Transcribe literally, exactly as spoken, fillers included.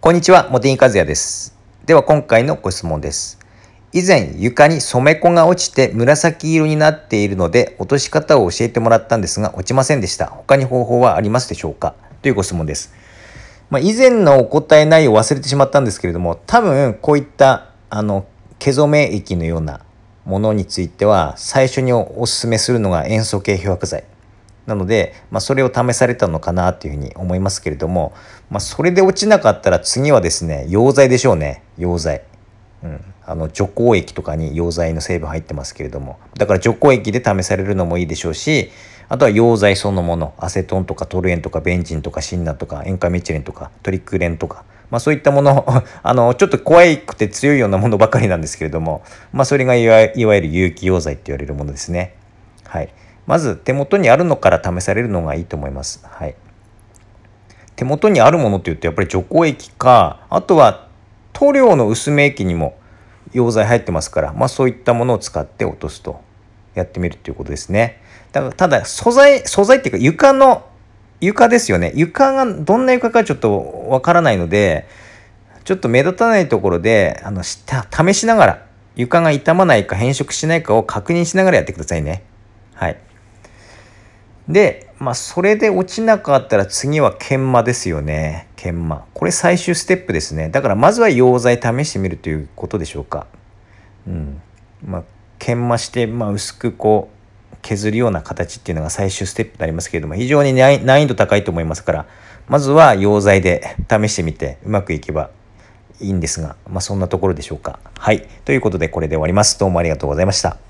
こんにちは、茂木和也です。では今回のご質問です。以前床に染め粉が落ちて紫色になっているので落とし方を教えてもらったんですが落ちませんでした。他に方法はありますでしょうかというご質問です。まあ、以前のお答え内容を忘れてしまったんですけれども、多分こういったあの毛染め液のようなものについては最初にお勧めするのが塩素系漂白剤なので、まあ、それを試されたのかなというふうに思いますけれども、まあ、それで落ちなかったら次はですね、溶剤でしょうね。溶剤、うん、あの除光液とかに溶剤の成分入ってますけれども、だから除光液で試されるのもいいでしょうし、あとは溶剤そのもの、アセトンとかトルエンとかベンジンとかシンナとか塩化メチレンとかトリクレンとか、まあ、そういったものあのちょっと怖くて強いようなものばかりなんですけれども、まあ、それがいわいわゆる有機溶剤って言われるものですね。はい、まず手元にあるのから試されるのがいいと思います。はい、手元にあるものって言うとやっぱり除光液か、あとは塗料の薄め液にも溶剤入ってますから、まあ、そういったものを使って落とすとやってみるということですね。だからただ素材素材っていうか床の床ですよね。床がどんな床かちょっとわからないので、ちょっと目立たないところであの試しながら床が傷まないか変色しないかを確認しながらやってくださいね。はい。で、まあそれで落ちなかったら次は研磨ですよね。研磨。これ最終ステップですね。だからまずは溶剤試してみるということでしょうか。うん。まあ研磨して、まあ、薄くこう削るような形っていうのが最終ステップになりますけれども、非常に難易度高いと思いますから、まずは溶剤で試してみてうまくいけばいいんですが、まあそんなところでしょうか。はい。ということでこれで終わります。どうもありがとうございました。